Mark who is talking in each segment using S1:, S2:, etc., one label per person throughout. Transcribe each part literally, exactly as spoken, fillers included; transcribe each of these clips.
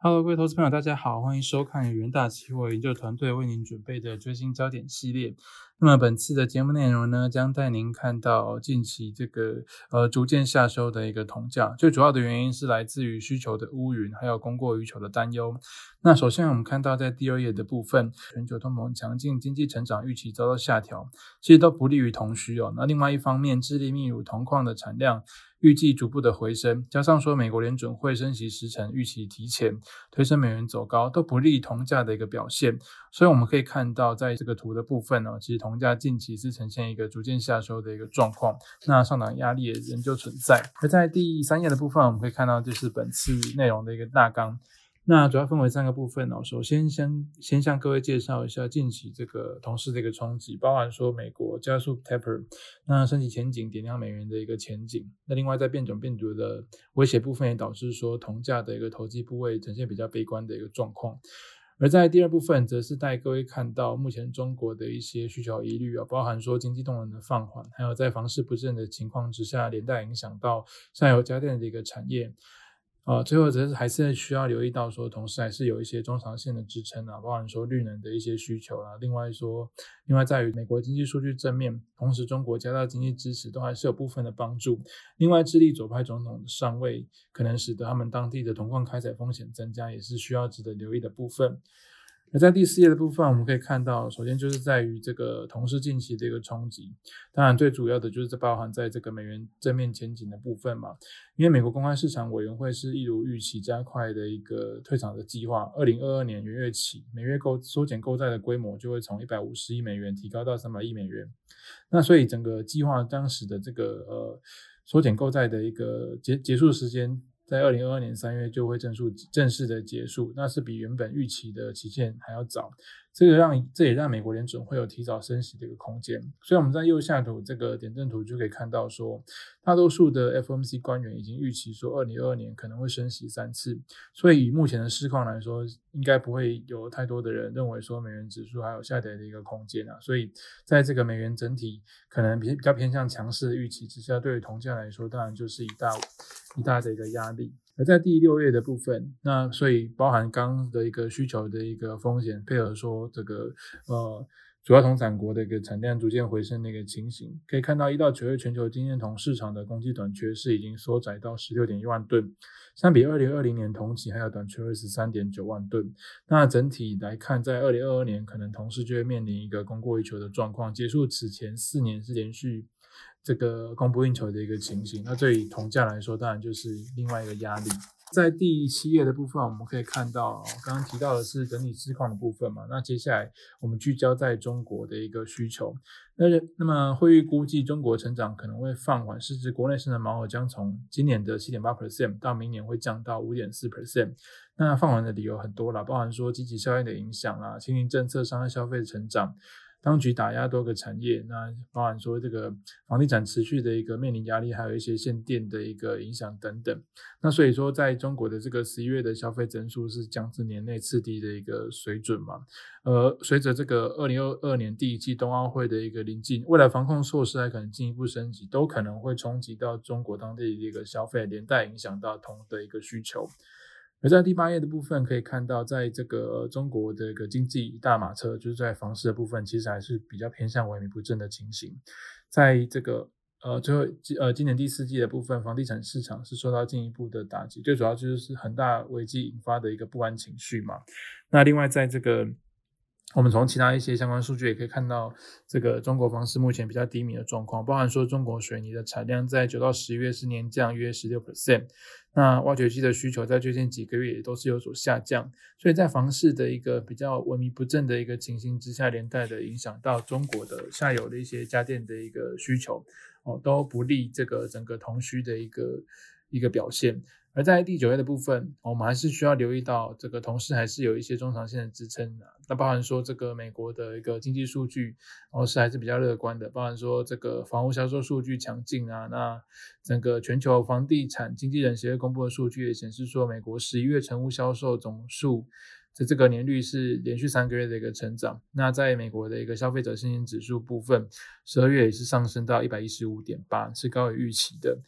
S1: Hello，各位投资朋友，大家好，欢迎收看由元大期货研究团队为您准备的最新焦点系列。那么本次的节目内容呢，将带您看到近期这个呃逐渐下修的一个铜价，最主要的原因是来自于需求的乌云，还有供过于求的担忧。那首先我们看到在第二页的部分，全球通膨强劲，经济成长预期遭到下调，其实都不利于铜需哦。那另外一方面，智利秘鲁铜矿的产量预计逐步的回升，加上说美国联准会升息时程预期提前，推升美元走高，都不利铜价的一个表现。所以我们可以看到在这个图的部分呢，其实铜价近期是呈现一个逐渐下修的一个状况，那上档压力也仍旧存在。而在第三页的部分，我们可以看到就是本次内容的一个大纲。那主要分为三个部分哦。首先先先向各位介绍一下近期这个铜市的一个冲击，包含说美国加速 taper， 那升级前景点亮美元的一个前景。那另外在变种病毒的威胁部分也导致说铜价的一个投机部位呈现比较悲观的一个状况。而在第二部分则是带各位看到目前中国的一些需求疑虑，包含说经济动能的放缓，还有在房市不振的情况之下连带影响到上游家电的一个产业。呃，最后则是还是需要留意到说，同时还是有一些中长线的支撑啊，包含说绿能的一些需求啊。另外说，另外在于美国经济数据正面，同时中国加大经济支持都还是有部分的帮助。另外，智利左派总统的上位，可能使得他们当地的铜矿开采风险增加，也是需要值得留意的部分。而在第四页的部分，我们可以看到，首先就是在于这个铜市近期的一个冲击，当然最主要的就是包含在这个美元正面前景的部分嘛，因为美国公开市场委员会是一如预期加快的一个退场的计划，二零二二年元月起，每月购缩减购债的规模就会从一百五十亿美元提高到三百亿美元，那所以整个计划当时的这个呃缩减购债的一个结结束时间，在二零二二年三月就会正式正式的结束，那是比原本预期的期限还要早。这个让这也让美国联准会有提早升息的一个空间。所以我们在右下图这个点阵图就可以看到说，大多数的 F O M C 官员已经预期说二零二二年可能会升息三次。所以以目前的市况来说，应该不会有太多的人认为说美元指数还有下跌的一个空间啊。所以在这个美元整体可能比较偏向强势的预期之下，对于铜价来说当然就是一大一大的一个压力。而在第六页的部分，那所以包含刚刚的一个需求的一个风险，配合说这个呃主要铜产国的一个产量逐渐回升的一个情形，可以看到一到九月全球精炼铜市场的供给短缺是已经缩窄到 十六点一万吨，相比二零二零年同期还有短缺 二十三点九万吨。那整体来看，在二零二二年可能铜市就会面临一个供过于求的状况，结束此前四年是连续这个供不应求的一个情形，那对于铜价来说当然就是另外一个压力。在第七页的部分，我们可以看到刚刚提到的是整体市况的部分嘛，那接下来我们聚焦在中国的一个需求。那那么会预估计中国成长可能会放缓，是指国内生产毛额将从今年的 七点八 percent 到明年会降到 五点四 percent。 那放缓的理由很多啦，包含说积极效应的影响啦，清零政策伤害消费的成长，当局打压多个产业，那包含说这个房地产持续的一个面临压力，还有一些限电的一个影响等等。那所以说在中国的这个十一月的消费增速是降至年内次低的一个水准嘛。呃，随着这个二零二二年第一季冬奥会的一个临近，未来防控措施还可能进一步升级，都可能会冲击到中国当地的一个消费，连带影响到铜的一个需求。而在第八页的部分可以看到，在这个中国的一个经济大马车，就是在房市的部分其实还是比较偏向萎靡不振的情形。在这个呃最后呃今年第四季的部分，房地产市场是受到进一步的打击，最主要就是恒大危机引发的一个不安情绪嘛。那另外在这个我们从其他一些相关数据也可以看到，这个中国房市目前比较低迷的状况，包含说中国水泥的产量在九到十月是年降约 百分之十六， 那挖掘机的需求在最近几个月也都是有所下降，所以在房市的一个比较萎靡不振的一个情形之下，连带的影响到中国的下游的一些家电的一个需求，哦，都不利这个整个铜需的一个一个表现。而在第九页的部分，我们还是需要留意到这个铜市还是有一些中长线的支撑的，那包含说这个美国的一个经济数据哦是还是比较乐观的，包含说这个房屋销售数据强劲啊，那整个全球房地产经纪人协会公布的数据也显示说，美国十一月成屋销售总数这这个年率是连续三个月的一个成长。那在美国的一个消费者信心指数部分，十二月也是上升到 一百一十五点八， 是高于预期的。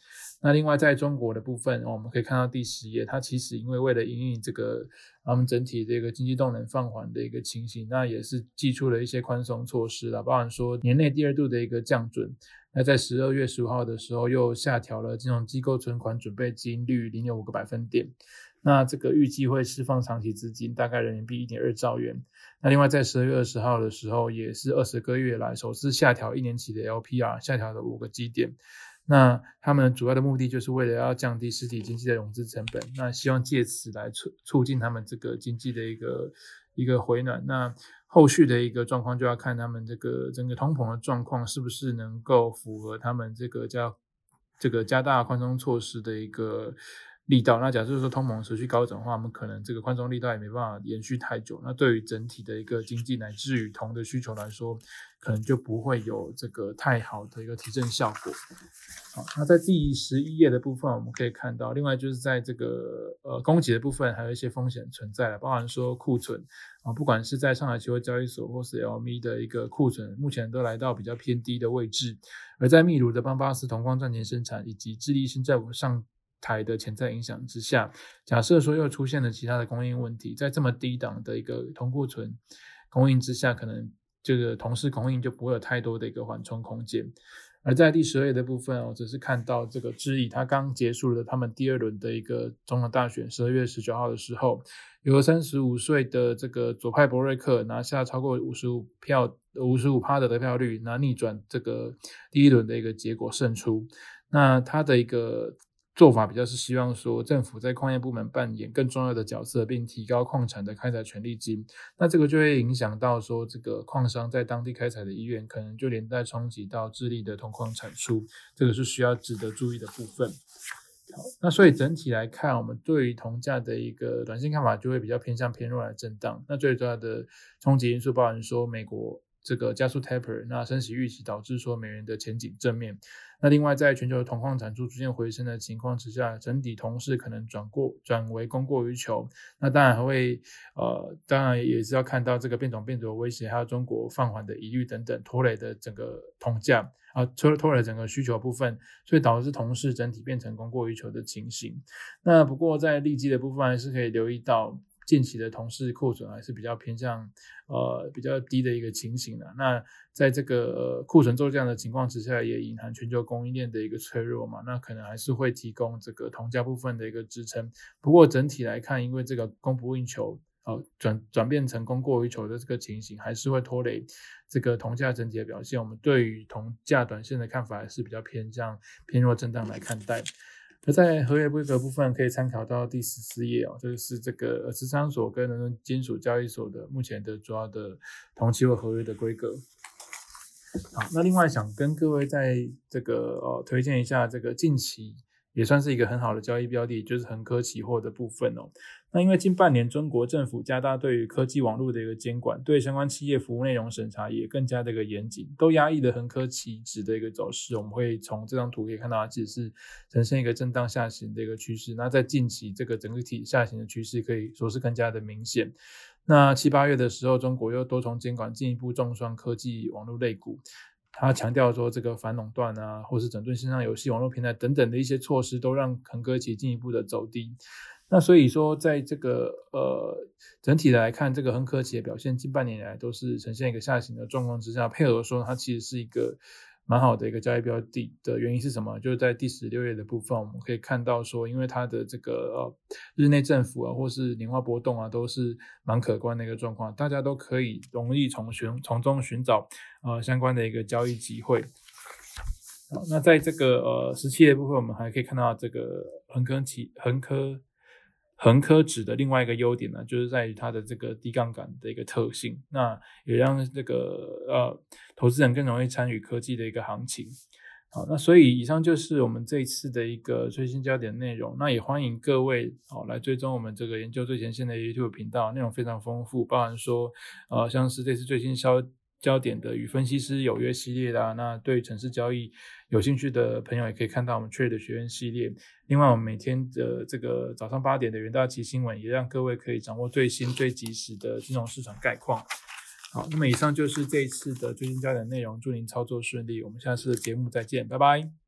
S1: 那另外在中国的部分，我们可以看到第十页，它其实因为为了因应这个他们整体这个经济动能放缓的一个情形，那也是祭出了一些宽松措施啦，包含说年内第二度的一个降准。那在十二月十五号的时候又下调了金融机构存款准备金率 零点五 个百分点。那这个预计会释放长期资金，大概人民币 一点二兆元。那另外在十二月二十号的时候，也是二十个月来首次下调一年期的 L P R， 下调了五个基点。那他们主要的目的就是为了要降低实体经济的融资成本，那希望借此来促促进他们这个经济的一个一个回暖。那后续的一个状况就要看他们这个整个通膨的状况是不是能够符合他们这个加这个加大宽松措施的一个力道。那假设说通膨持续高涨的话，我们可能这个宽松力道也没办法延续太久。那对于整体的一个经济乃至于铜的需求来说，可能就不会有这个太好的一个提振效果。好，那在第十一页的部分，我们可以看到，另外就是在这个呃供给的部分，还有一些风险存在了，包含说库存啊，不管是在上海期货交易所或是 L M E 的一个库存，目前都来到比较偏低的位置。而在秘鲁的邦巴斯铜矿暂停生产，以及智利新政府上台的潜在影响之下，假设说又出现了其他的供应问题，在这么低档的一个铜库存供应之下，可能这个铜市供应就不会有太多的一个缓冲空间。而在第十二页的部分，我只是看到这个智利，他刚结束了他们第二轮的一个总统大选，十二月十九号的时候，由三十五岁的这个左派博瑞克拿下超过五十五票 百分之五十五 的得票率，拿逆转这个第一轮的一个结果胜出。那他的一个做法比较是希望说政府在矿业部门扮演更重要的角色，并提高矿产的开采权利金。那这个就会影响到说这个矿商在当地开采的意愿，可能就连带冲击到智利的铜矿产出，这个是需要值得注意的部分。好，那所以整体来看，我们对于铜价的一个短线看法就会比较偏向偏弱来震荡。那最主要的冲击因素包含说美国这个加速 taper， 那升息预期导致说美元的前景正面。那另外在全球的铜矿产出逐渐回升的情况之下，整体铜市可能转过转为供过于求。那当然还会呃，当然也是要看到这个变种病毒的威胁，还有中国放缓的疑虑等等拖累的整个铜价啊，拖拖累整个需求部分，所以导致铜市整体变成供过于求的情形。那不过在利基的部分还是可以留意到，近期的铜市库存还是比较偏向呃比较低的一个情形的。那在这个、呃、库存骤降的情况之下，也隐含全球供应链的一个脆弱嘛，那可能还是会提供这个铜价部分的一个支撑。不过整体来看，因为这个供不应求，呃转转变成供过于求的这个情形，还是会拖累这个铜价整体的表现。我们对于铜价短线的看法还是比较偏向偏弱震荡来看待。而在合约规格部分，可以参考到第十四页哦，这个是这个持仓所跟伦敦金属交易所的目前的主要的铜期货合约的规格。好，那另外想跟各位在这个呃推荐一下这个近期也算是一个很好的交易标的，就是恒科期货的部分哦。那因为近半年中国政府加大对于科技网络的一个监管，对相关企业服务内容审查也更加的一个严谨，都压抑了恒科期指的一个走势。我们会从这张图可以看到，它其实是呈现一个震荡下行的一个趋势。那在近期这个整个体下行的趋势可以说是更加的明显。那七八月的时候，中国又多重监管进一步重创科技网络类股。他强调说，这个反垄断啊，或是整顿线上游戏网络平台等等的一些措施，都让恒科期进一步的走低。那所以说，在这个呃整体的来看，这个恒科期的表现近半年来都是呈现一个下行的状况之下，配合说它其实是一个蛮好的一个交易标的的原因是什么？就是在第十六页的部分，我们可以看到说，因为它的这个呃日内振幅啊，或是年化波动啊，都是蛮可观的一个状况，大家都可以容易从寻从中寻找呃相关的一个交易机会。好，那在这个呃十七页的部分，我们还可以看到这个恒科期恒科。恒科指的另外一个优点呢，就是在于它的这个低杠杆的一个特性，那也让这个呃投资人更容易参与科技的一个行情。好，那所以以上就是我们这一次的一个最新焦点内容。那也欢迎各位好来追踪我们这个研究最前线的 YouTube 频道，内容非常丰富，包含说呃像是这次最新消焦点的与分析师有约系列啦，那对程式交易有兴趣的朋友也可以看到我们 Trade 学院系列。另外我们每天的这个早上八点的元大期新闻，也让各位可以掌握最新最及时的金融市场概况。好，那么以上就是这一次的最新焦点内容，祝您操作顺利，我们下次的节目再见，拜拜。